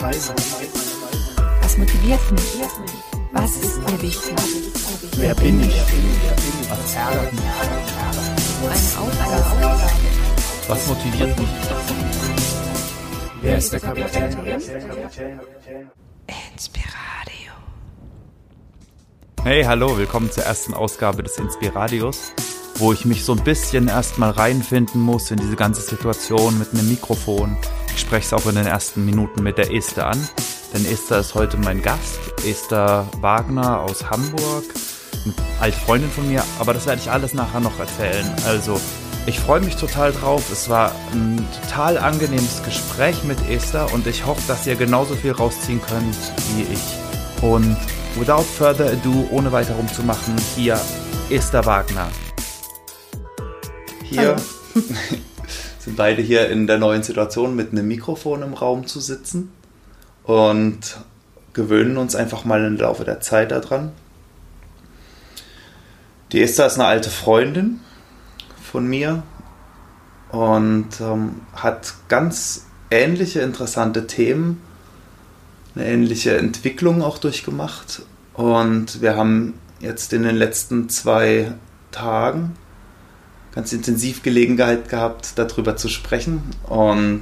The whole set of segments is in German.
Was motiviert mich? Was ist mir wichtig? Wer bin ich? Was ärgert mich? Eine Aufgabe. Was motiviert mich? Wer ist der Kapitän? Inspiradio. Hey, hallo, willkommen zur ersten Ausgabe des Inspiradios, wo ich mich so ein bisschen erstmal reinfinden muss in diese ganze Situation mit einem Mikrofon. Ich spreche es auch in den ersten Minuten mit der Esther an, denn Esther ist heute mein Gast. Esther Wagner aus Hamburg, eine alte Freundin von mir, aber das werde ich alles nachher noch erzählen. Also, ich freue mich total drauf. Es war ein total angenehmes Gespräch mit Esther und ich hoffe, dass ihr genauso viel rausziehen könnt wie ich. Und without further ado, ohne weiter rumzumachen, hier Esther Wagner. Hier sind beide hier in der neuen Situation mit einem Mikrofon im Raum zu sitzen und gewöhnen uns einfach mal im Laufe der Zeit daran. Die Esther ist eine alte Freundin von mir und hat ganz ähnliche interessante Themen, eine ähnliche Entwicklung auch durchgemacht. Und wir haben jetzt in den letzten 2 Tagen ganz intensiv Gelegenheit gehabt, darüber zu sprechen. Und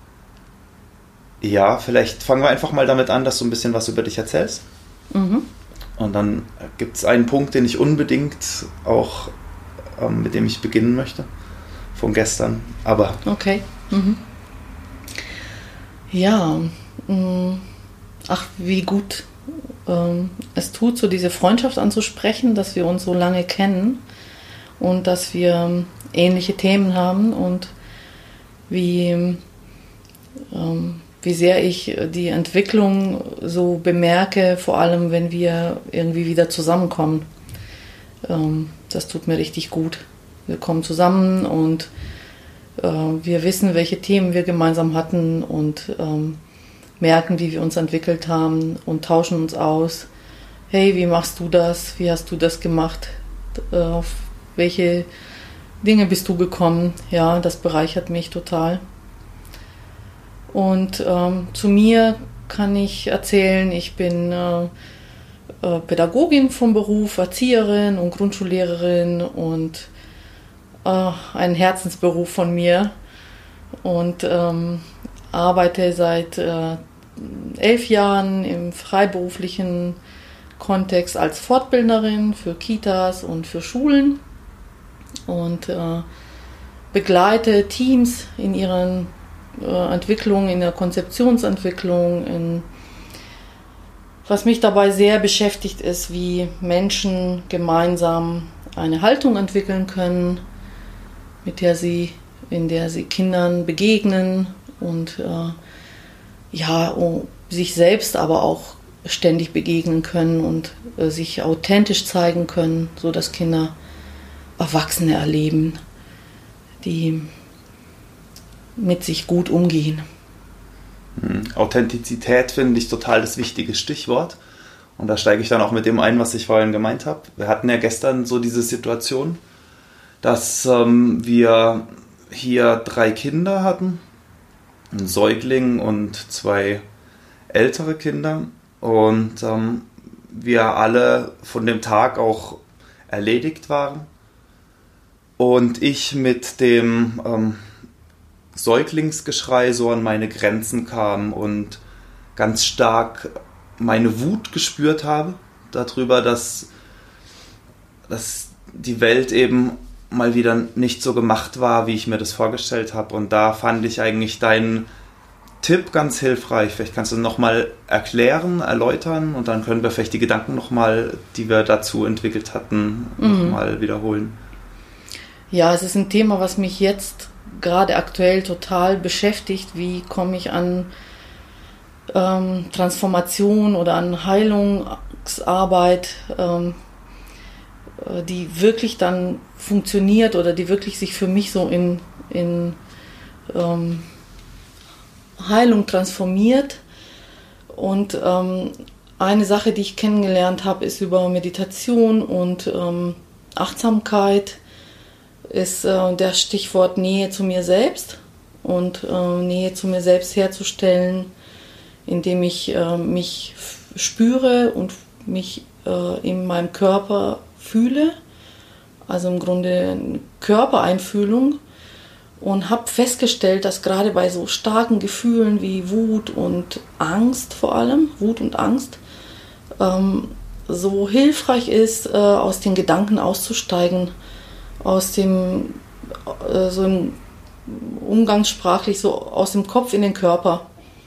ja, vielleicht fangen wir einfach mal damit an, dass du ein bisschen was über dich erzählst. Mhm. Und dann gibt es einen Punkt, den ich unbedingt auch, mit dem ich beginnen möchte, von gestern. Aber okay. Mhm. Ja, ach, wie gut es tut, so diese Freundschaft anzusprechen, dass wir uns so lange kennen und dass wir ähnliche Themen haben und wie sehr ich die Entwicklung so bemerke, vor allem wenn wir irgendwie wieder zusammenkommen. Das tut mir richtig gut. Wir kommen zusammen und wir wissen, welche Themen wir gemeinsam hatten und merken, wie wir uns entwickelt haben und tauschen uns aus. Hey, wie machst du das? Wie hast du das gemacht? Auf welche Dinge bist du gekommen? Ja, das bereichert mich total. Und zu mir kann ich erzählen, ich bin Pädagogin vom Beruf, Erzieherin und Grundschullehrerin und ein Herzensberuf von mir und arbeite seit 11 Jahren im freiberuflichen Kontext als Fortbildnerin für Kitas und für Schulen und begleite Teams in ihren Entwicklung, in der Konzeptionsentwicklung. Was mich dabei sehr beschäftigt, ist, wie Menschen gemeinsam eine Haltung entwickeln können, in der sie Kindern begegnen und sich selbst aber auch ständig begegnen können und sich authentisch zeigen können, sodass Kinder Erwachsene erleben, die mit sich gut umgehen. Authentizität finde ich total das wichtige Stichwort. Und da steige ich dann auch mit dem ein, was ich vorhin gemeint habe. Wir hatten ja gestern so diese Situation, dass wir hier 3 Kinder hatten, einen Säugling und 2 ältere Kinder. Und wir alle von dem Tag auch erledigt waren. Und ich mit dem Säuglingsgeschrei so an meine Grenzen kam und ganz stark meine Wut gespürt habe darüber, dass die Welt eben mal wieder nicht so gemacht war, wie ich mir das vorgestellt habe. Und da fand ich eigentlich deinen Tipp ganz hilfreich. Vielleicht kannst du nochmal erläutern und dann können wir vielleicht die Gedanken nochmal, die wir dazu entwickelt hatten, nochmal wiederholen. Ja, es ist ein Thema, was mich jetzt gerade aktuell total beschäftigt. Wie komme ich an Transformation oder an Heilungsarbeit, die wirklich dann funktioniert oder die wirklich sich für mich so in Heilung transformiert. Und eine Sache, die ich kennengelernt habe, ist über Meditation und Achtsamkeit, ist der Stichwort Nähe zu mir selbst und Nähe zu mir selbst herzustellen, indem ich mich spüre und mich in meinem Körper fühle, also im Grunde eine Körpereinfühlung, und habe festgestellt, dass gerade bei so starken Gefühlen wie Wut und Angst vor allem, Wut und Angst, so hilfreich ist, aus den Gedanken auszusteigen, aus dem, so im umgangssprachlich, so aus dem Kopf in den Körper.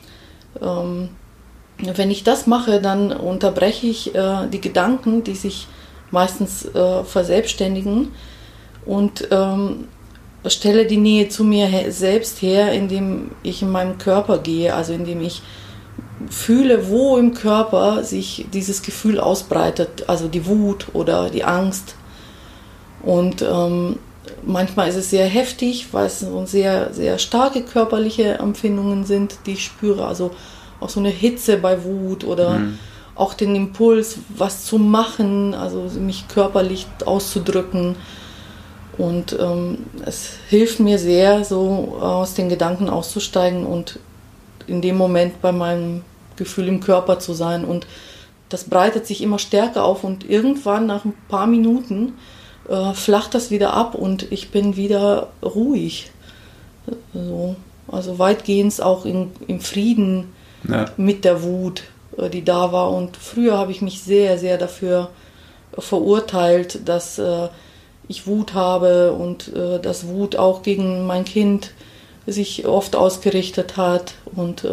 Wenn ich das mache, dann unterbreche ich die Gedanken, die sich meistens verselbstständigen, und stelle die Nähe zu mir selbst her, indem ich in meinem Körper gehe, also indem ich fühle, wo im Körper sich dieses Gefühl ausbreitet, also die Wut oder die Angst. Und manchmal ist es sehr heftig, weil es so sehr, sehr starke körperliche Empfindungen sind, die ich spüre, also auch so eine Hitze bei Wut oder auch den Impuls, was zu machen, also mich körperlich auszudrücken. Und es hilft mir sehr, so aus den Gedanken auszusteigen und in dem Moment bei meinem Gefühl im Körper zu sein. Und das breitet sich immer stärker auf und irgendwann nach ein paar Minuten flacht das wieder ab und ich bin wieder ruhig. So, also weitgehend auch im Frieden mit der Wut, die da war. Und früher habe ich mich sehr, sehr dafür verurteilt, dass ich Wut habe und dass Wut auch gegen mein Kind sich oft ausgerichtet hat. Und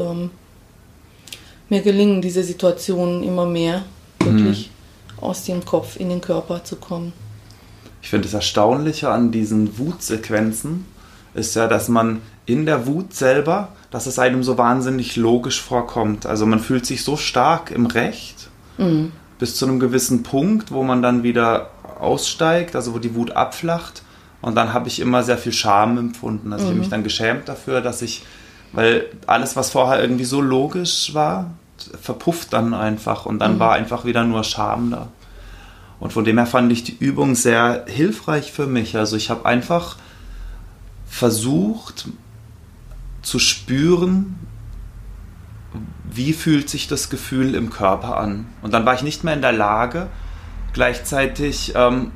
mir gelingen diese Situationen immer mehr, wirklich aus dem Kopf in den Körper zu kommen. Ich finde das Erstaunliche an diesen Wutsequenzen ist ja, dass man in der Wut selber, dass es einem so wahnsinnig logisch vorkommt. Also man fühlt sich so stark im Recht bis zu einem gewissen Punkt, wo man dann wieder aussteigt, also wo die Wut abflacht. Und dann habe ich immer sehr viel Scham empfunden. Also ich habe mich dann geschämt dafür, weil alles, was vorher irgendwie so logisch war, verpufft dann einfach. Und dann war einfach wieder nur Scham da. Und von dem her fand ich die Übung sehr hilfreich für mich. Also ich habe einfach versucht zu spüren, wie fühlt sich das Gefühl im Körper an. Und dann war ich nicht mehr in der Lage, gleichzeitig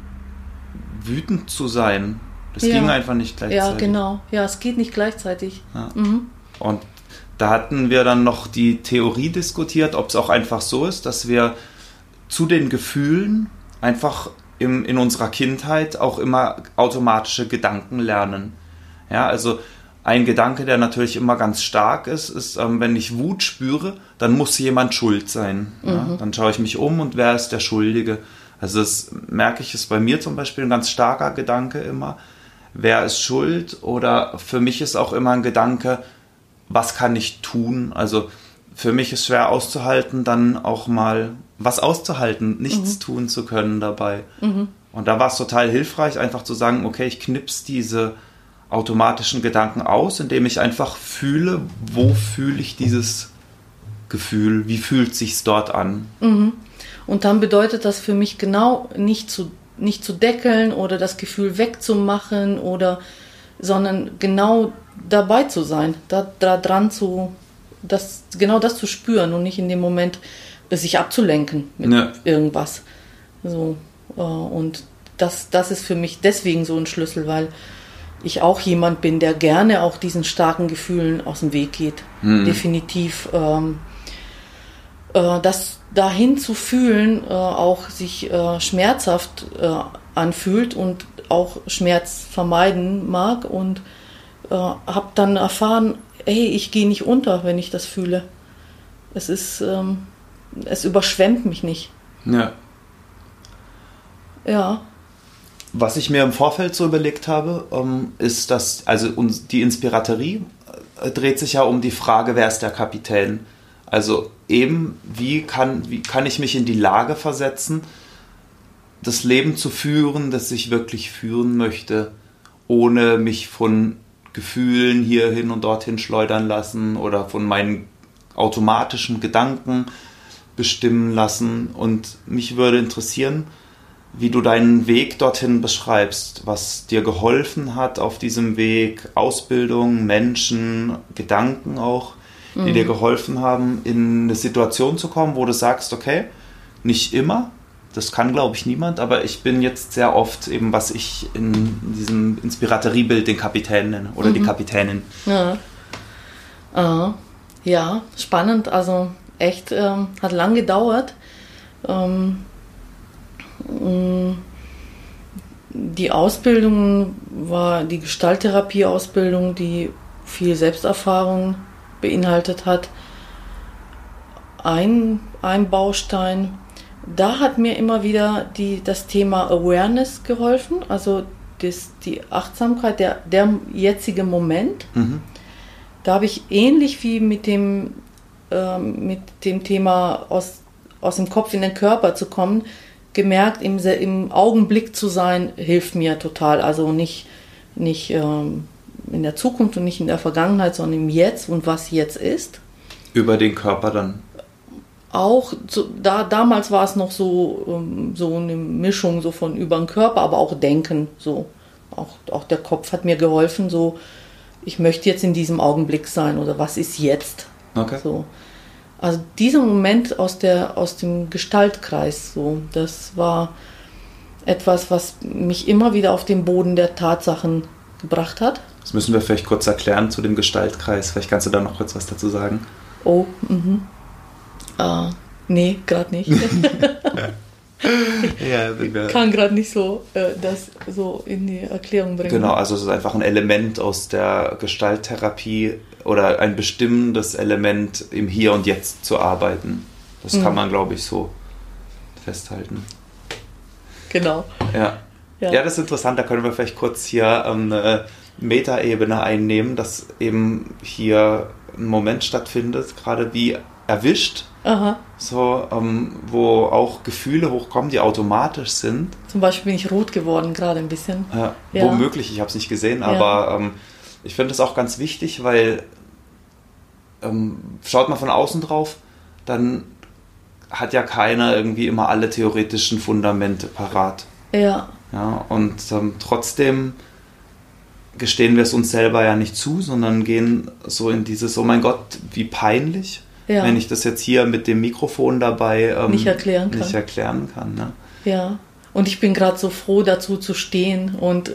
wütend zu sein. Das ging einfach nicht gleichzeitig. Ja, genau. Ja, es geht nicht gleichzeitig. Ja. Und da hatten wir dann noch die Theorie diskutiert, ob es auch einfach so ist, dass wir zu den Gefühlen einfach in unserer Kindheit auch immer automatische Gedanken lernen. Ja, also ein Gedanke, der natürlich immer ganz stark ist, wenn ich Wut spüre, dann muss jemand schuld sein. Ja? Dann schaue ich mich um und wer ist der Schuldige? Also das merke ich, ist bei mir zum Beispiel ein ganz starker Gedanke immer. Wer ist schuld? Oder für mich ist auch immer ein Gedanke, was kann ich tun? Also für mich ist schwer auszuhalten, dann auch mal was auszuhalten, nichts tun zu können dabei. Und da war es total hilfreich, einfach zu sagen, okay, ich knips diese automatischen Gedanken aus, indem ich einfach fühle, wo fühle ich dieses Gefühl, wie fühlt es sich dort an. Und dann bedeutet das für mich genau nicht zu deckeln oder das Gefühl wegzumachen sondern genau dabei zu sein, da dran genau das zu spüren und nicht in dem Moment sich abzulenken mit irgendwas. So, und das ist für mich deswegen so ein Schlüssel, weil ich auch jemand bin, der gerne auch diesen starken Gefühlen aus dem Weg geht. Definitiv. Das dahin zu fühlen, auch sich schmerzhaft anfühlt und auch Schmerz vermeiden mag und habe dann erfahren, hey, ich gehe nicht unter, wenn ich das fühle. Es überschwemmt mich nicht. Ja. Ja. Was ich mir im Vorfeld so überlegt habe, ist, dass, also die Inspiraterie dreht sich ja um die Frage, wer ist der Kapitän? Also eben, wie kann ich mich in die Lage versetzen, das Leben zu führen, das ich wirklich führen möchte, ohne mich von Gefühlen hierhin und dorthin schleudern lassen oder von meinen automatischen Gedanken bestimmen lassen. Und mich würde interessieren, wie du deinen Weg dorthin beschreibst, was dir geholfen hat auf diesem Weg, Ausbildung, Menschen, Gedanken auch, die dir geholfen haben, in eine Situation zu kommen, wo du sagst, okay, nicht immer, das kann, glaube ich, niemand, aber ich bin jetzt sehr oft eben, was ich in diesem Inspiratoriebild den Kapitän nenne oder die Kapitänin. Ja, spannend, also echt, hat lang gedauert. Die Ausbildung war die Gestalttherapie-Ausbildung, die viel Selbsterfahrung beinhaltet hat. Ein Baustein. Da hat mir immer wieder das Thema Awareness geholfen, also die Achtsamkeit, der jetzige Moment. Da habe ich ähnlich wie mit dem Thema aus dem Kopf in den Körper zu kommen, gemerkt, im Augenblick zu sein, hilft mir total. Also nicht in der Zukunft und nicht in der Vergangenheit, sondern im Jetzt und was jetzt ist. Über den Körper dann? Auch, damals war es noch so eine Mischung so von über den Körper, aber auch Denken. So. Auch der Kopf hat mir geholfen, so, ich möchte jetzt in diesem Augenblick sein oder was ist jetzt? Okay. So. Also dieser Moment aus dem Gestaltkreis, so, das war etwas, was mich immer wieder auf den Boden der Tatsachen gebracht hat. Das müssen wir vielleicht kurz erklären zu dem Gestaltkreis. Vielleicht kannst du da noch kurz was dazu sagen. Nee, gerade nicht. Ich kann gerade nicht so das so in die Erklärung bringen. Genau, also es ist einfach ein Element aus der Gestalttherapie oder ein bestimmendes Element, im Hier und Jetzt zu arbeiten. Das kann man, glaube ich, so festhalten. Genau. Ja, das ist interessant. Da können wir vielleicht kurz hier eine Metaebene einnehmen, dass eben hier ein Moment stattfindet, gerade wie erwischt, so, wo auch Gefühle hochkommen, die automatisch sind. Zum Beispiel bin ich rot geworden, gerade ein bisschen. Womöglich, ich habe es nicht gesehen, aber ich finde das auch ganz wichtig, weil schaut man von außen drauf, dann hat ja keiner irgendwie immer alle theoretischen Fundamente parat. Ja, und trotzdem gestehen wir es uns selber ja nicht zu, sondern gehen so in dieses, oh mein Gott, wie peinlich, wenn ich das jetzt hier mit dem Mikrofon dabei nicht erklären kann. Ne? Ja, und ich bin gerade so froh, dazu zu stehen und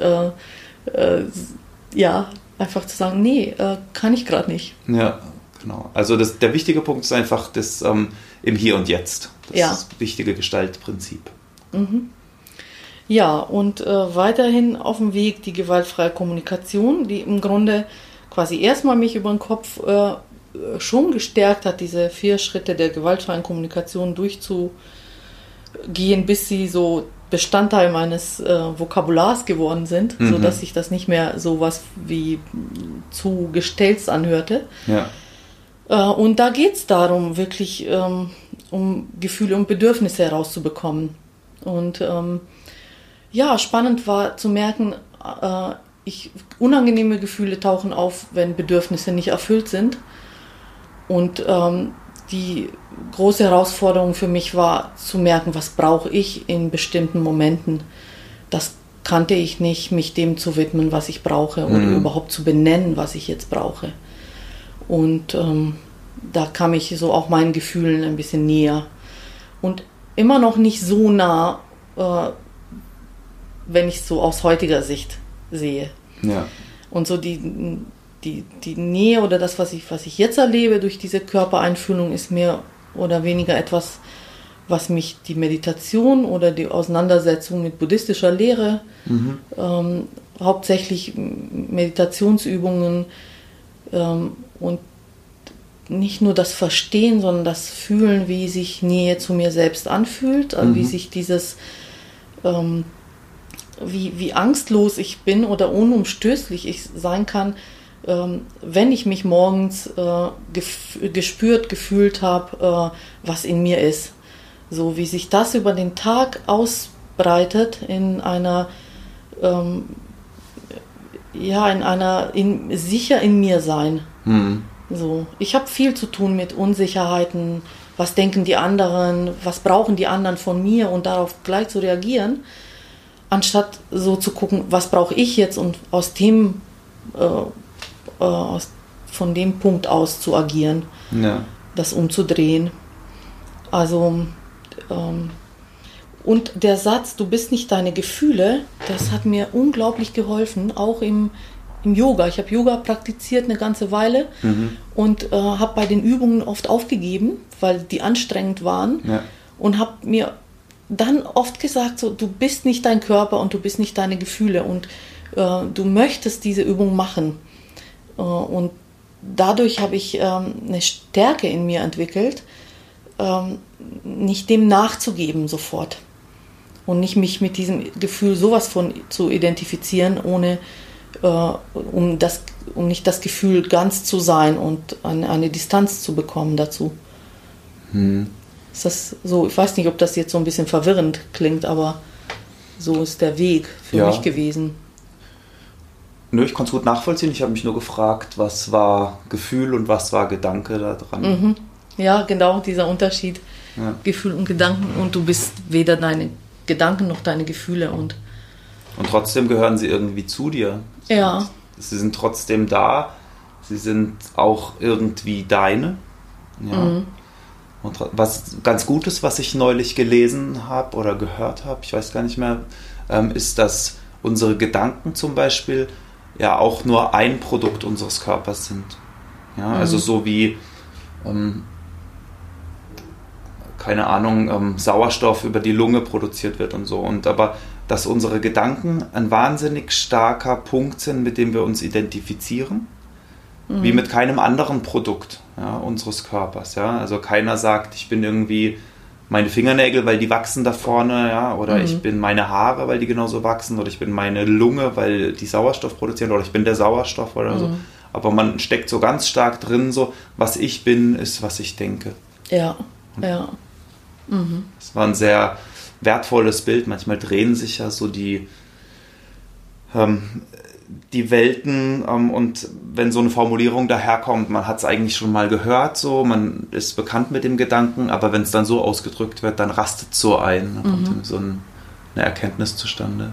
einfach zu sagen, nee, kann ich gerade nicht. Ja, genau. Also der wichtige Punkt ist einfach das im Hier und Jetzt. Das ist das wichtige Gestaltprinzip. Ja, und weiterhin auf dem Weg die gewaltfreie Kommunikation, die im Grunde quasi erstmal mich über den Kopf schon gestärkt hat, diese 4 Schritte der gewaltfreien Kommunikation durchzugehen, bis sie so Bestandteil meines Vokabulars geworden sind, sodass sich das nicht mehr so was wie zu gestellt anhörte. Ja. Und da geht es darum, wirklich um Gefühle und Bedürfnisse herauszubekommen. Und spannend war zu merken, unangenehme Gefühle tauchen auf, wenn Bedürfnisse nicht erfüllt sind. Und die große Herausforderung für mich war zu merken, was brauche ich in bestimmten Momenten. Das kannte ich nicht, mich dem zu widmen, was ich brauche oder überhaupt zu benennen, was ich jetzt brauche. Und da kam ich so auch meinen Gefühlen ein bisschen näher. Und immer noch nicht so nah, wenn ich es so aus heutiger Sicht sehe. Ja. Und so die Nähe oder das, was ich jetzt erlebe durch diese Körpereinfühlung, ist mehr oder weniger etwas, was mich die Meditation oder die Auseinandersetzung mit buddhistischer Lehre, hauptsächlich Meditationsübungen und nicht nur das Verstehen, sondern das Fühlen, wie sich Nähe zu mir selbst anfühlt, wie sich dieses wie angstlos ich bin oder unumstößlich ich sein kann, wenn ich mich morgens gefühlt habe, was in mir ist. So wie sich das über den Tag ausbreitet in einer sicher in mir sein. So, ich habe viel zu tun mit Unsicherheiten, was denken die anderen, was brauchen die anderen von mir und darauf gleich zu reagieren, anstatt so zu gucken, was brauche ich jetzt und aus von dem Punkt aus zu agieren, das umzudrehen. Also, und der Satz, du bist nicht deine Gefühle, das hat mir unglaublich geholfen, auch im Yoga. Ich habe Yoga praktiziert eine ganze Weile und habe bei den Übungen oft aufgegeben, weil die anstrengend waren und habe mir dann oft gesagt, so, du bist nicht dein Körper und du bist nicht deine Gefühle und du möchtest diese Übung machen. Und dadurch habe ich eine Stärke in mir entwickelt, nicht dem nachzugeben sofort und nicht mich mit diesem Gefühl sowas von zu identifizieren, ohne um nicht das Gefühl ganz zu sein und eine Distanz zu bekommen dazu. Ist das so? Ich weiß nicht, ob das jetzt so ein bisschen verwirrend klingt, aber so ist der Weg für mich gewesen. Nö, ich konnte es gut nachvollziehen. Ich habe mich nur gefragt, was war Gefühl und was war Gedanke da dran. Ja, genau, dieser Unterschied. Gefühl und Gedanken. Und du bist weder deine Gedanken noch deine Gefühle. Und trotzdem gehören sie irgendwie zu dir. Ja. Sie sind trotzdem da. Sie sind auch irgendwie deine. Ja. Und was ganz Gutes, was ich neulich gelesen habe oder gehört habe, ich weiß gar nicht mehr, ist, dass unsere Gedanken zum Beispiel ja auch nur ein Produkt unseres Körpers sind. Ja, also so wie, keine Ahnung, Sauerstoff über die Lunge produziert wird und so. Und aber, dass unsere Gedanken ein wahnsinnig starker Punkt sind, mit dem wir uns identifizieren, wie mit keinem anderen Produkt unseres Körpers. Ja? Also keiner sagt, ich bin irgendwie meine Fingernägel, weil die wachsen da vorne, oder ich bin meine Haare, weil die genauso wachsen, oder ich bin meine Lunge, weil die Sauerstoff produzieren, oder ich bin der Sauerstoff oder so. Aber man steckt so ganz stark drin, so, was ich bin, ist, was ich denke. Ja. Das war ein sehr wertvolles Bild. Manchmal drehen sich ja so die Welten und wenn so eine Formulierung daherkommt, man hat es eigentlich schon mal gehört, so, man ist bekannt mit dem Gedanken, aber wenn es dann so ausgedrückt wird, dann rastet es so ein, dann kommt so eine Erkenntnis zustande.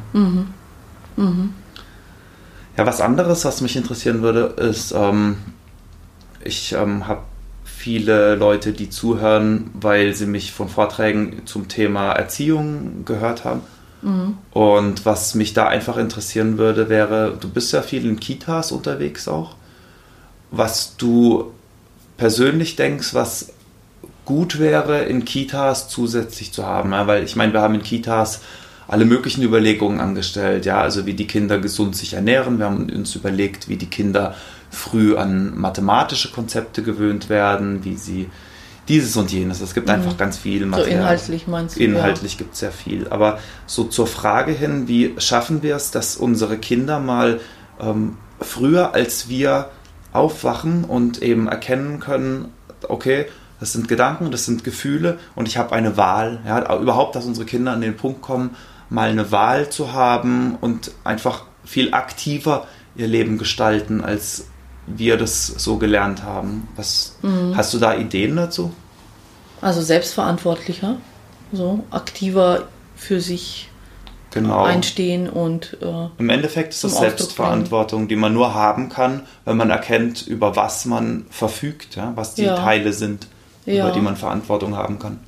Ja, was anderes, was mich interessieren würde, ist, ich habe viele Leute, die zuhören, weil sie mich von Vorträgen zum Thema Erziehung gehört haben. Und was mich da einfach interessieren würde, wäre, du bist ja viel in Kitas unterwegs auch, was du persönlich denkst, was gut wäre, in Kitas zusätzlich zu haben. Ja? Weil ich meine, wir haben in Kitas alle möglichen Überlegungen angestellt, also wie die Kinder gesund sich ernähren. Wir haben uns überlegt, wie die Kinder früh an mathematische Konzepte gewöhnt werden, wie sie dieses und jenes. Es gibt einfach ganz viel Material. So inhaltlich meinst du? Inhaltlich gibt es sehr viel. Aber so zur Frage hin, wie schaffen wir es, dass unsere Kinder mal früher als wir aufwachen und eben erkennen können, okay, das sind Gedanken, das sind Gefühle und ich habe eine Wahl. Ja, überhaupt, dass unsere Kinder an den Punkt kommen, mal eine Wahl zu haben und einfach viel aktiver ihr Leben gestalten, als wir das so gelernt haben. Hast du da Ideen dazu? Also selbstverantwortlicher, so aktiver für sich einstehen und im Endeffekt ist das Selbstverantwortung, die man nur haben kann, wenn man erkennt, über was man verfügt, was die Teile sind, über die man Verantwortung haben kann.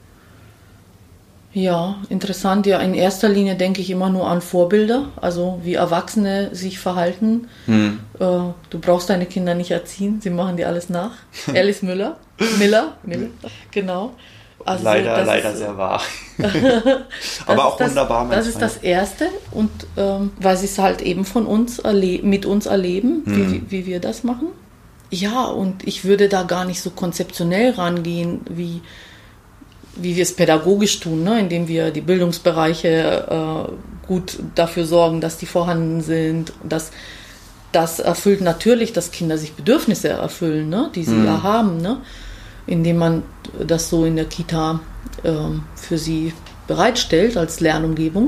Ja, interessant. Ja, in erster Linie denke ich immer nur an Vorbilder, also wie Erwachsene sich verhalten. Du brauchst deine Kinder nicht erziehen, sie machen dir alles nach. Alice Miller, genau. Also leider ist, sehr wahr. Aber auch wunderbar. Das ist das Erste und weil sie es halt eben von uns mit uns erleben, wie wir das machen. Ja, und ich würde da gar nicht so konzeptionell rangehen, wie wir es pädagogisch tun, ne? Indem wir die Bildungsbereiche gut dafür sorgen, dass die vorhanden sind. Das erfüllt natürlich, dass Kinder sich Bedürfnisse erfüllen, ne? Die sie ja haben, ne? Indem man das so in der Kita für sie bereitstellt als Lernumgebung.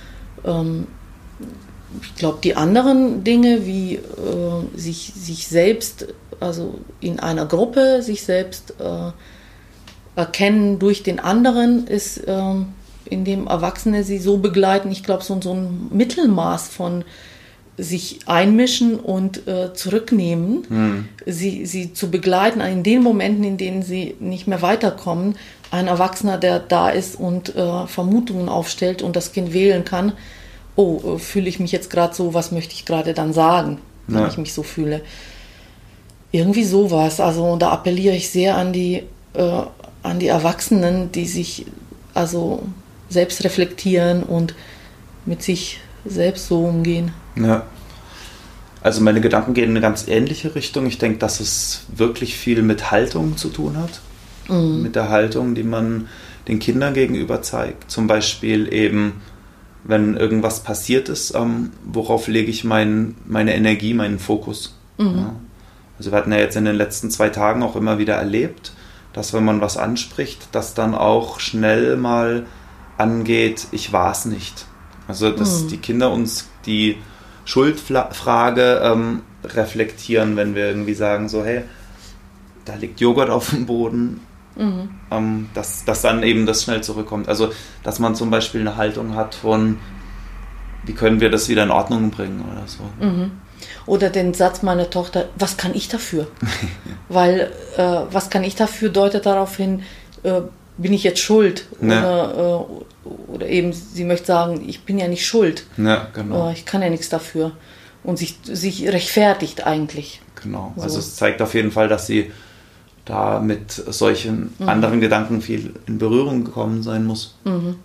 Ich glaube, die anderen Dinge, wie sich selbst, also in einer Gruppe, sich selbst erkennen durch den anderen, ist, indem Erwachsene sie so begleiten, ich glaube, so ein Mittelmaß von sich einmischen und zurücknehmen, sie zu begleiten in den Momenten, in denen sie nicht mehr weiterkommen. Ein Erwachsener, der da ist und Vermutungen aufstellt und das Kind wählen kann, fühle ich mich jetzt gerade so, was möchte ich gerade dann sagen, wenn ich mich so fühle. Irgendwie sowas. Also da appelliere ich sehr an die Erwachsenen, die sich also selbst reflektieren und mit sich selbst so umgehen. Ja. Also meine Gedanken gehen in eine ganz ähnliche Richtung. Ich denke, dass es wirklich viel mit Haltung zu tun hat. Mit der Haltung, die man den Kindern gegenüber zeigt. Zum Beispiel eben, wenn irgendwas passiert ist, worauf lege ich meine Energie, meinen Fokus. Ja. Also wir hatten ja jetzt in den letzten 2 Tagen auch immer wieder erlebt, dass wenn man was anspricht, dass dann auch schnell mal angeht, ich war es nicht. Also dass die Kinder uns die Schuldfrage reflektieren, wenn wir irgendwie sagen so, hey, da liegt Joghurt auf dem Boden, dass dann eben das schnell zurückkommt. Also dass man zum Beispiel eine Haltung hat von, wie können wir das wieder in Ordnung bringen oder so. Oder den Satz meiner Tochter, was kann ich dafür? Weil was kann ich dafür deutet darauf hin, bin ich jetzt schuld? Oder eben, sie möchte sagen, ich bin ja nicht schuld. Ja, genau. Ich kann ja nichts dafür. Und sich rechtfertigt eigentlich. Genau, So. also es zeigt auf jeden Fall, dass sie da mit solchen anderen Gedanken viel in Berührung gekommen sein muss.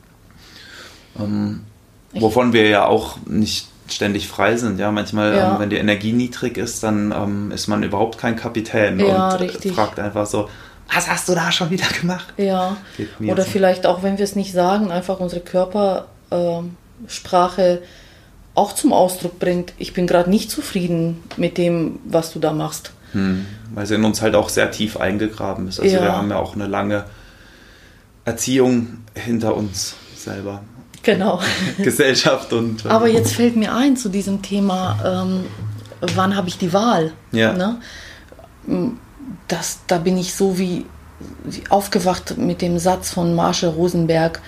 Wovon wir ja auch nicht ständig frei sind. Ja, manchmal, wenn die Energie niedrig ist, dann ist man überhaupt kein Kapitän und fragt einfach so, was hast du da schon wieder gemacht? Ja, oder so. Vielleicht auch, wenn wir es nicht sagen, einfach unsere Körpersprache auch zum Ausdruck bringt, ich bin gerade nicht zufrieden mit dem, was du da machst. Weil sie in uns halt auch sehr tief eingegraben ist. Also wir haben ja auch eine lange Erziehung hinter uns selber. Genau. Gesellschaft und... Aber jetzt fällt mir ein zu diesem Thema, wann habe ich die Wahl? Ja. Ne? Da bin ich so wie aufgewacht mit dem Satz von Marshall Rosenberg,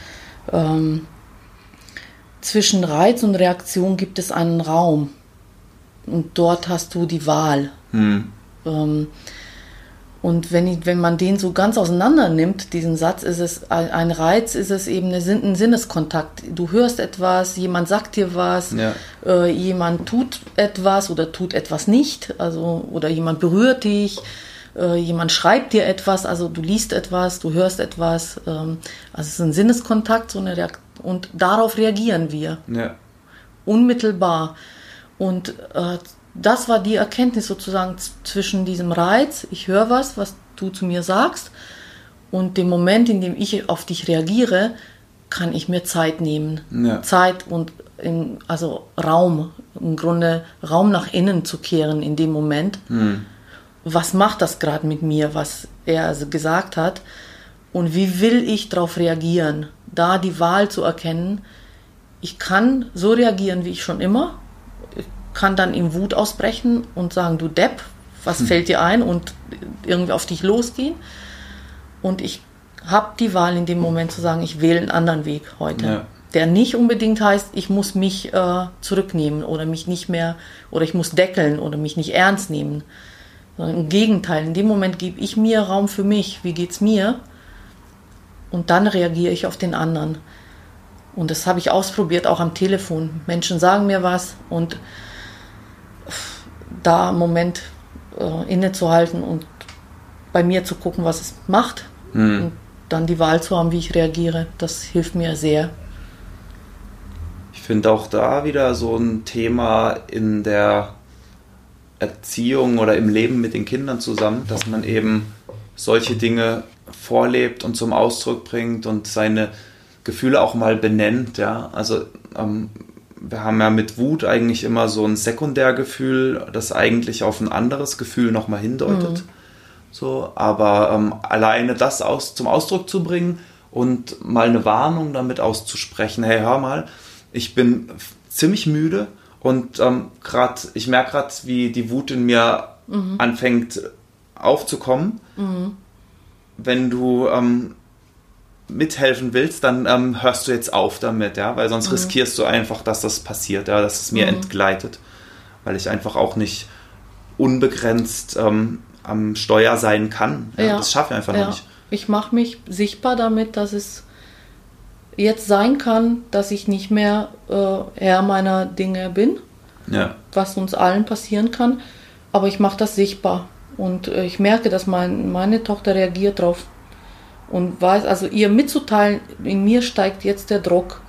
zwischen Reiz und Reaktion gibt es einen Raum und dort hast du die Wahl. Und wenn man den so ganz auseinander nimmt, diesen Satz, ist es ein Reiz, ist es eben ein Sinneskontakt. Du hörst etwas, jemand sagt dir was, jemand tut etwas oder tut etwas nicht, also oder jemand berührt dich, jemand schreibt dir etwas, also du liest etwas, du hörst etwas. Also es ist ein Sinneskontakt, so eine Reaktion, und darauf reagieren wir. Ja. Unmittelbar. Und das war die Erkenntnis sozusagen zwischen diesem Reiz, ich höre was du zu mir sagst, und dem Moment, in dem ich auf dich reagiere, kann ich mir Zeit nehmen. Ja. Zeit und also Raum, im Grunde Raum nach innen zu kehren in dem Moment. Was macht das gerade mit mir, was er also gesagt hat, und wie will ich darauf reagieren? Da die Wahl zu erkennen, ich kann so reagieren, wie ich schon immer, kann dann in Wut ausbrechen und sagen, du Depp, was fällt dir ein, und irgendwie auf dich losgehen. Und ich habe die Wahl in dem Moment zu sagen, ich wähle einen anderen Weg heute. Der nicht unbedingt heißt, ich muss mich zurücknehmen oder mich nicht mehr, oder ich muss deckeln oder mich nicht ernst nehmen. Sondern im Gegenteil, in dem Moment gebe ich mir Raum für mich, wie geht's mir? Und dann reagiere ich auf den anderen. Und das habe ich ausprobiert, auch am Telefon. Menschen sagen mir was und da im Moment innezuhalten und bei mir zu gucken, was es macht, und dann die Wahl zu haben, wie ich reagiere, das hilft mir sehr. Ich finde auch da wieder so ein Thema in der Erziehung oder im Leben mit den Kindern zusammen, dass man eben solche Dinge vorlebt und zum Ausdruck bringt und seine Gefühle auch mal benennt. Ja? Also wir haben ja mit Wut eigentlich immer so ein Sekundärgefühl, das eigentlich auf ein anderes Gefühl nochmal hindeutet. So, aber alleine das zum Ausdruck zu bringen und mal eine Warnung damit auszusprechen, hey, hör mal, ich bin ziemlich müde und ich merke gerade, wie die Wut in mir anfängt aufzukommen. Wenn du mithelfen willst, dann hörst du jetzt auf damit, ja, weil sonst riskierst du einfach, dass das passiert, ja, dass es mir entgleitet. weil ich einfach auch nicht unbegrenzt am Steuer sein kann. Ja, das schaffe ich einfach noch nicht. Ich mache mich sichtbar damit, dass es jetzt sein kann, dass ich nicht mehr Herr meiner Dinge bin, was uns allen passieren kann, aber ich mache das sichtbar und ich merke, dass meine Tochter reagiert drauf und weiß, also ihr mitzuteilen, in mir steigt jetzt der Druck,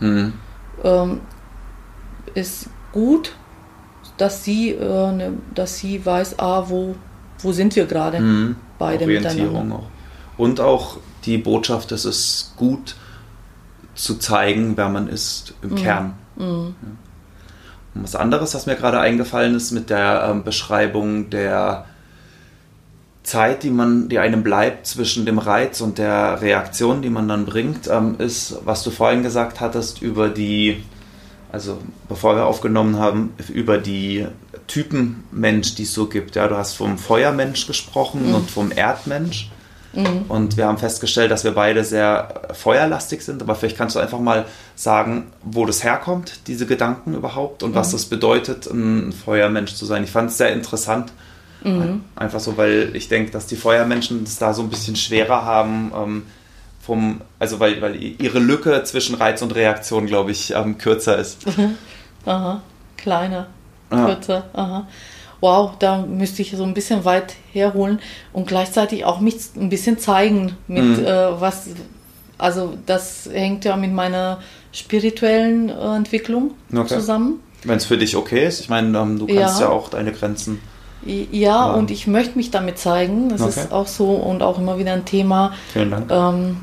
ist gut, dass sie weiß, wo sind wir gerade, beide miteinander. Auch. Und auch die Botschaft, es ist gut zu zeigen, wer man ist im Kern. Ja. Und was anderes, was mir gerade eingefallen ist mit der Beschreibung der Zeit, die einem bleibt zwischen dem Reiz und der Reaktion, die man dann bringt, ist, was du vorhin gesagt hattest, also bevor wir aufgenommen haben, über die Typen Mensch, die es so gibt. Ja, du hast vom Feuermensch gesprochen und vom Erdmensch. Und wir haben festgestellt, dass wir beide sehr feuerlastig sind, aber vielleicht kannst du einfach mal sagen, wo das herkommt, diese Gedanken überhaupt und was das bedeutet, ein Feuermensch zu sein. Ich fand es sehr interessant, einfach so, weil ich denke, dass die Feuermenschen es da so ein bisschen schwerer haben, weil ihre Lücke zwischen Reiz und Reaktion, glaube ich, kürzer ist. Aha, kleiner, kürzer, aha. Wow, da müsste ich so ein bisschen weit herholen und gleichzeitig auch mich ein bisschen zeigen mit also das hängt ja mit meiner spirituellen Entwicklung zusammen. Wenn es für dich okay ist, ich meine, du kannst ja auch deine Grenzen. Ja, und ich möchte mich damit zeigen, das ist auch so und auch immer wieder ein Thema. Vielen Dank.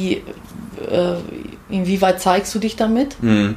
Inwieweit zeigst du dich damit?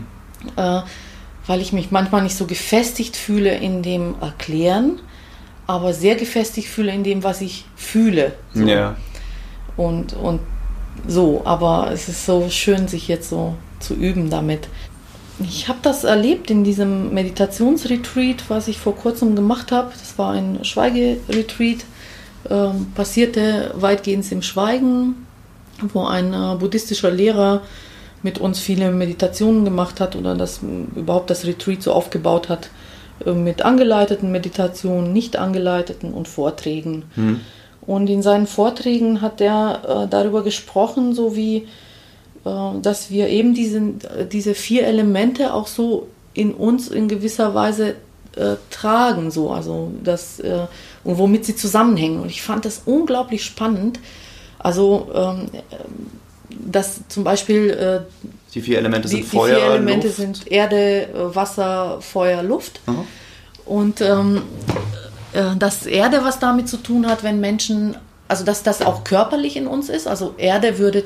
Weil ich mich manchmal nicht so gefestigt fühle in dem Erklären, aber sehr gefestigt fühle in dem, was ich fühle. So. Ja. Und so, aber es ist so schön, sich jetzt so zu üben damit. Ich habe das erlebt in diesem Meditationsretreat, was ich vor kurzem gemacht habe. Das war ein Schweigeretreat, passierte weitgehend im Schweigen, wo ein buddhistischer Lehrer mit uns viele Meditationen gemacht hat oder überhaupt das Retreat so aufgebaut hat, mit angeleiteten Meditationen, nicht angeleiteten und Vorträgen. Und in seinen Vorträgen hat er darüber gesprochen, so wie, dass wir eben diese 4 Elemente auch so in uns in gewisser Weise tragen, so, also und womit sie zusammenhängen. Und ich fand das unglaublich spannend. Also dass zum Beispiel die 4 Elemente sind Feuer, die 4 Elemente Luft. sind Erde, Wasser, Feuer, Luft. Und dass Erde was damit zu tun hat, wenn Menschen, also dass das auch körperlich in uns ist. Also Erde würde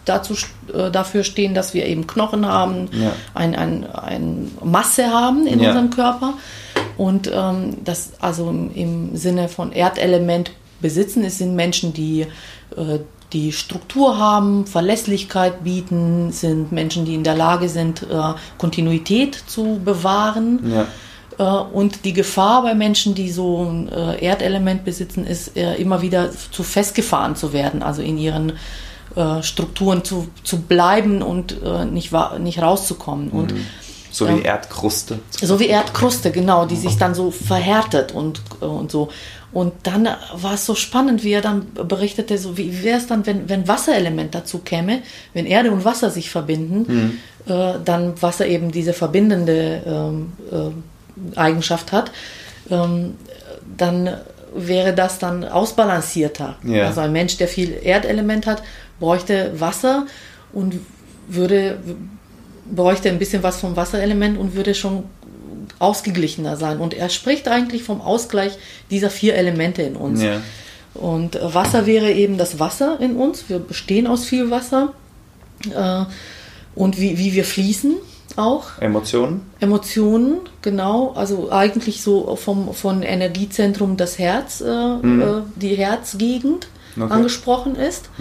dafür stehen, dass wir eben Knochen haben, eine Masse haben in unserem Körper. Und das also im Sinne von Erdelement besitzen, es sind Menschen, die Struktur haben, Verlässlichkeit bieten, sind Menschen, die in der Lage sind, Kontinuität zu bewahren. Und die Gefahr bei Menschen, die so ein Erdelement besitzen, ist immer wieder zu festgefahren zu werden, also in ihren Strukturen zu bleiben und nicht rauszukommen. Und so wie Erdkruste. So wie Erdkruste, genau, die sich dann so verhärtet und so. Und dann war es so spannend, wie er dann berichtete, so wie wäre es dann, wenn Wasserelement dazu käme, wenn Erde und Wasser sich verbinden, dann Wasser eben diese verbindende Eigenschaft hat, dann wäre das dann ausbalancierter. Also ein Mensch, der viel Erdelement hat, bräuchte Wasser und bräuchte ein bisschen was vom Wasserelement und würde schon ausgeglichener sein. Und er spricht eigentlich vom Ausgleich dieser 4 Elemente in uns. Und Wasser wäre eben das Wasser in uns. Wir bestehen aus viel Wasser. Und wie wir fließen auch. Emotionen, genau. Also eigentlich so von Energiezentrum das Herz, die Herzgegend angesprochen ist.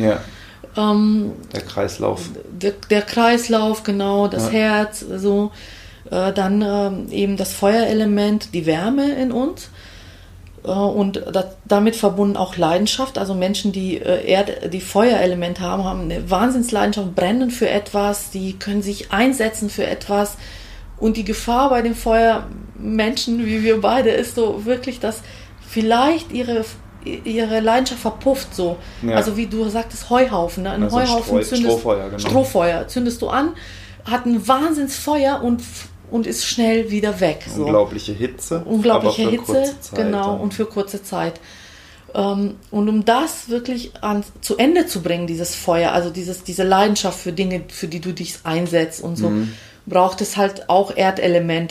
Der Kreislauf. Der Kreislauf, genau, das Herz, so. Dann eben das Feuerelement, die Wärme in uns und damit verbunden auch Leidenschaft. Also Menschen, die Feuerelement haben eine Wahnsinnsleidenschaft, brennen für etwas, die können sich einsetzen für etwas Und die Gefahr bei den Feuermenschen, wie wir beide, ist so wirklich, dass vielleicht ihre Leidenschaft verpufft so. Ja. Also wie du sagtest, Heuhaufen. Ne? Ein Heuhaufen Strohfeuer zündest du an, hat ein Wahnsinnsfeuer und ist schnell wieder weg. So. Unglaubliche Hitze. Unglaubliche Hitze, genau, und für kurze Zeit. Und um das wirklich zu Ende zu bringen, dieses Feuer, also diese Leidenschaft für Dinge, für die du dich einsetzt und so, braucht es halt auch Erdelement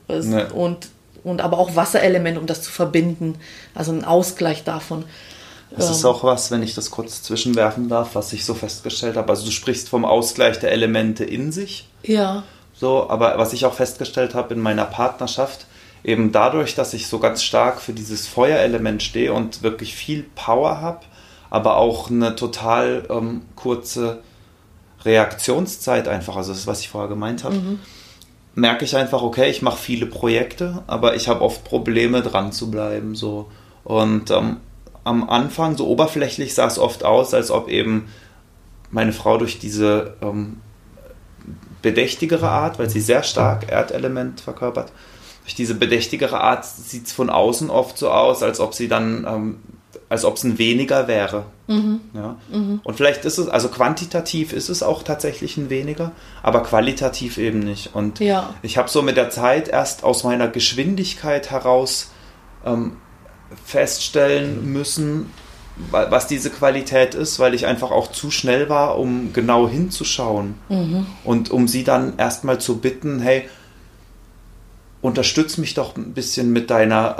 und aber auch Wasserelement, um das zu verbinden. Also ein Ausgleich davon. Das ist auch was, wenn ich das kurz zwischenwerfen darf, was ich so festgestellt habe. Also du sprichst vom Ausgleich der Elemente in sich. Ja. So, aber was ich auch festgestellt habe in meiner Partnerschaft, eben dadurch, dass ich so ganz stark für dieses Feuerelement stehe und wirklich viel Power habe, aber auch eine total kurze Reaktionszeit einfach, also das ist, was ich vorher gemeint habe, merke ich einfach, okay, ich mache viele Projekte, aber ich habe oft Probleme dran zu bleiben. So. Und am Anfang, so oberflächlich, sah es oft aus, als ob eben meine Frau durch diese bedächtigere Art, weil sie sehr stark Erdelement verkörpert, durch diese bedächtigere Art sieht es von außen oft so aus, als ob sie dann, als ob es ein weniger wäre. Ja? Und vielleicht ist es, also quantitativ ist es auch tatsächlich ein weniger, aber qualitativ eben nicht. Und ich habe so mit der Zeit erst aus meiner Geschwindigkeit heraus feststellen müssen, was diese Qualität ist, weil ich einfach auch zu schnell war, um genau hinzuschauen. Und um sie dann erstmal zu bitten, hey, unterstütz mich doch ein bisschen mit deiner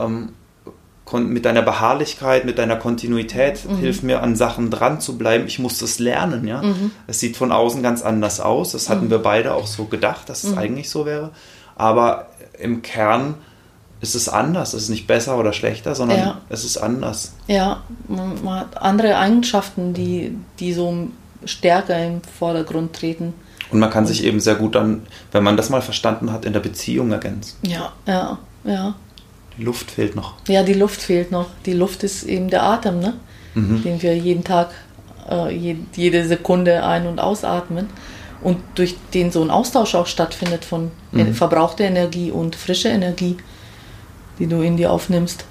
Beharrlichkeit, mit deiner Kontinuität, hilf mir an Sachen dran zu bleiben. Ich muss das lernen, ja. Es sieht von außen ganz anders aus. Das hatten wir beide auch so gedacht, dass es eigentlich so wäre. Aber im Kern ist es anders. Es ist nicht besser oder schlechter, sondern es ist anders. Ja, man hat andere Eigenschaften, die so stärker im Vordergrund treten. Und man kann sich eben sehr gut dann, wenn man das mal verstanden hat, in der Beziehung ergänzen. Ja. Die Luft fehlt noch. Ja, die Luft fehlt noch. Die Luft ist eben der Atem, ne? Den wir jeden Tag, jede Sekunde ein- und ausatmen. Und durch den so ein Austausch auch stattfindet von verbrauchter Energie und frischer Energie, die du in dir aufnimmst.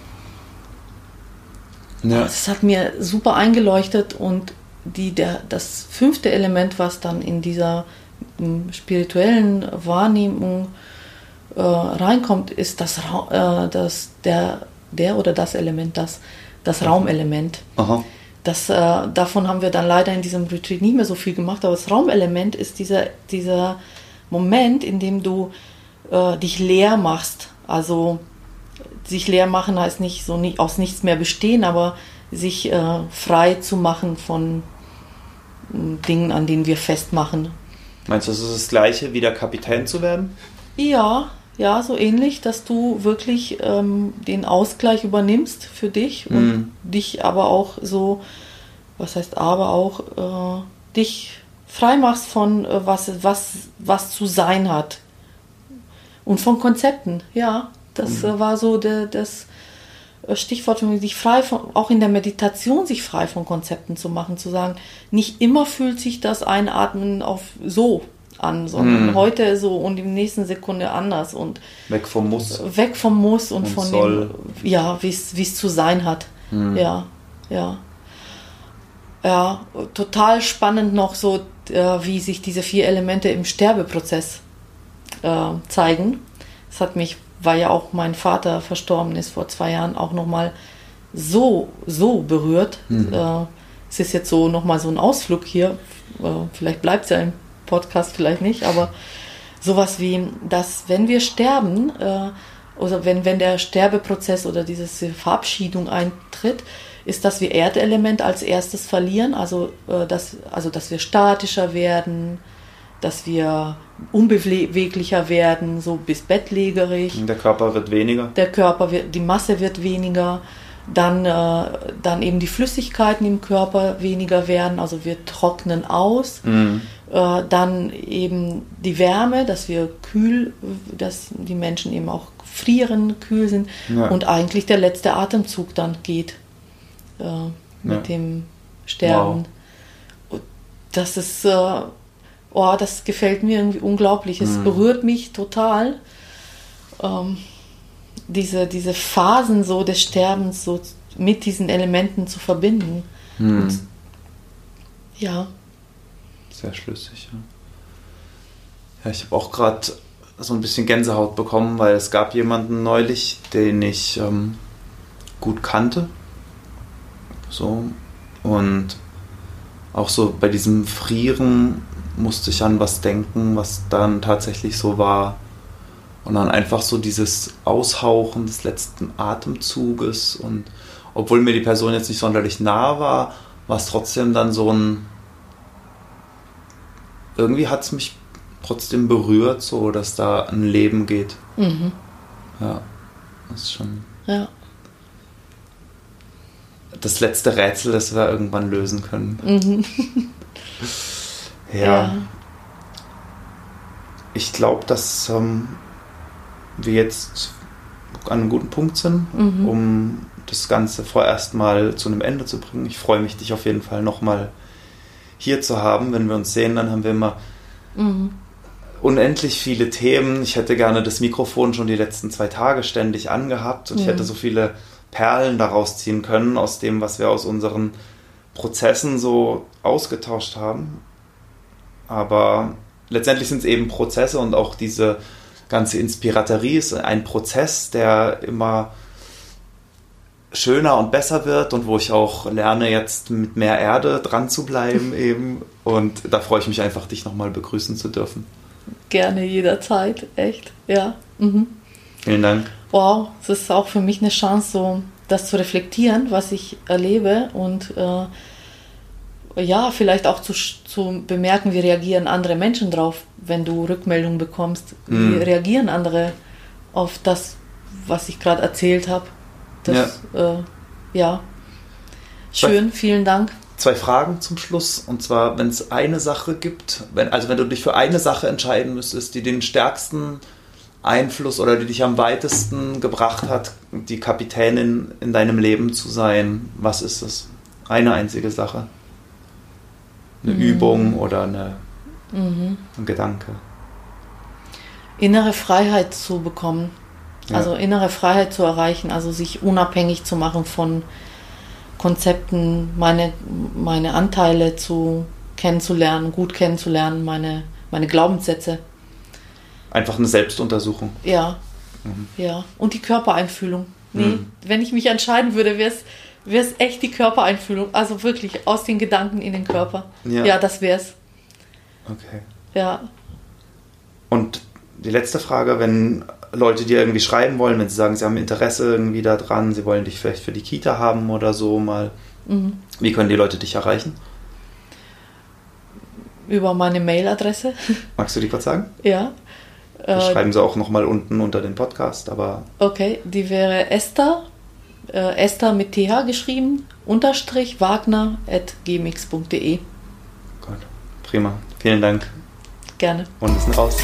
Ja. Das hat mir super eingeleuchtet und das 5. Element, was dann in dieser spirituellen Wahrnehmung reinkommt, ist das Element, das Raumelement. Aha. Davon haben wir dann leider in diesem Retreat nicht mehr so viel gemacht, aber das Raumelement ist dieser Moment, in dem du dich leer machst. Also sich leer machen heißt nicht so aus nichts mehr bestehen, aber sich frei zu machen von Dingen, an denen wir festmachen. Meinst du, das ist das Gleiche, wie der Kapitän zu werden? Ja, so ähnlich, dass du wirklich den Ausgleich übernimmst für dich und dich aber auch so, dich frei machst von was zu sein hat. Und von Konzepten, ja. Das war so das Stichwort für mich, sich frei auch in der Meditation sich frei von Konzepten zu machen, zu sagen, nicht immer fühlt sich das Einatmen so an, sondern heute so und in der nächsten Sekunde anders und weg vom Muss und von soll. Dem, wie es zu sein hat. Ja, total spannend noch so, wie sich diese 4 Elemente im Sterbeprozess zeigen. Weil ja auch mein Vater verstorben ist vor 2 Jahren, auch nochmal so berührt. Es ist jetzt so nochmal so ein Ausflug hier, vielleicht bleibt es ja im Podcast, vielleicht nicht, aber sowas wie, dass wenn wir sterben, oder wenn der Sterbeprozess oder diese Verabschiedung eintritt, ist, dass wir Erdelement als erstes verlieren, dass wir statischer werden, dass wir unbeweglicher werden, so bis bettlägerig. Der Körper wird weniger. Die Masse wird weniger. Dann eben die Flüssigkeiten im Körper weniger werden, also wir trocknen aus. Dann eben die Wärme, dass wir kühl, dass die Menschen eben auch frieren, kühl sind. Ja. Und eigentlich der letzte Atemzug dann geht mit dem Sterben. Wow. Das ist das gefällt mir irgendwie unglaublich. Es berührt mich total, diese Phasen so des Sterbens so mit diesen Elementen zu verbinden. Und, ja. Sehr schlüssig, ja. Ja, ich habe auch gerade so ein bisschen Gänsehaut bekommen, weil es gab jemanden neulich, den ich gut kannte. So. Und auch so bei diesem Frieren musste ich an was denken, was dann tatsächlich so war. Und dann einfach so dieses Aushauchen des letzten Atemzuges. Und obwohl mir die Person jetzt nicht sonderlich nah war, war es trotzdem dann so ein... Irgendwie hat es mich trotzdem berührt, so dass da ein Leben geht. Ja, das ist schon... Ja. Das letzte Rätsel, das wir irgendwann lösen können. Ja. Ich glaube, dass wir jetzt an einem guten Punkt sind, um das Ganze vorerst mal zu einem Ende zu bringen. Ich freue mich, dich auf jeden Fall nochmal hier zu haben. Wenn wir uns sehen, dann haben wir immer unendlich viele Themen. Ich hätte gerne das Mikrofon schon die letzten 2 Tage ständig angehabt und ich hätte so viele Perlen daraus ziehen können, aus dem, was wir aus unseren Prozessen so ausgetauscht haben. Aber letztendlich sind es eben Prozesse und auch diese ganze Inspiraterie ist ein Prozess, der immer schöner und besser wird und wo ich auch lerne, jetzt mit mehr Erde dran zu bleiben eben. Und da freue ich mich einfach, dich nochmal begrüßen zu dürfen. Gerne, jederzeit, echt, ja. Vielen Dank. Wow, es ist auch für mich eine Chance, so das zu reflektieren, was ich erlebe und vielleicht auch zu bemerken, wie reagieren andere Menschen drauf, wenn du Rückmeldungen bekommst. Wie reagieren andere auf das, was ich gerade erzählt habe. Das, schön, vielen Dank. 2 Fragen zum Schluss, und zwar, wenn es eine Sache gibt, wenn du dich für eine Sache entscheiden müsstest, die den stärksten Einfluss oder die dich am weitesten gebracht hat, die Kapitänin in deinem Leben zu sein, was ist es? Eine einzige Sache. Eine Übung oder ein Gedanke. Innere Freiheit zu bekommen. Ja. Also innere Freiheit zu erreichen, also sich unabhängig zu machen von Konzepten, meine Anteile kennenzulernen, gut kennenzulernen, meine Glaubenssätze. Einfach eine Selbstuntersuchung. Ja, ja. Und die Körpereinfühlung. Nee, wenn ich mich entscheiden würde, wäre es echt die Körpereinfühlung. Also wirklich aus den Gedanken in den Körper. Ja, das wäre es. Okay. Ja. Und die letzte Frage, wenn Leute dir irgendwie schreiben wollen, wenn sie sagen, sie haben Interesse irgendwie daran, sie wollen dich vielleicht für die Kita haben oder so mal, wie können die Leute dich erreichen? Über meine Mailadresse. Magst du die kurz sagen? Ja. Das schreiben sie auch nochmal unten unter den Podcast, aber... Okay, die wäre Esther mit TH geschrieben, _Wagner@gmx.de. Gut, prima. Vielen Dank. Gerne. Und wir sind raus.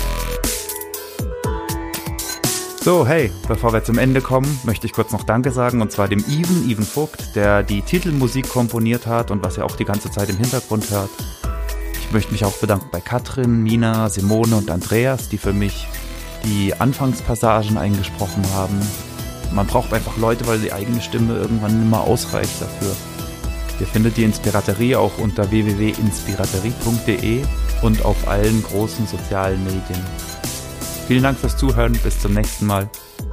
So, hey, bevor wir zum Ende kommen, möchte ich kurz noch Danke sagen, und zwar dem Even Vogt, der die Titelmusik komponiert hat und was ihr auch die ganze Zeit im Hintergrund hört. Ich möchte mich auch bedanken bei Katrin, Mina, Simone und Andreas, die für mich die Anfangspassagen eingesprochen haben. Man braucht einfach Leute, weil die eigene Stimme irgendwann nicht mehr ausreicht dafür. Ihr findet die Inspiraterie auch unter www.inspiraterie.de und auf allen großen sozialen Medien. Vielen Dank fürs Zuhören, bis zum nächsten Mal.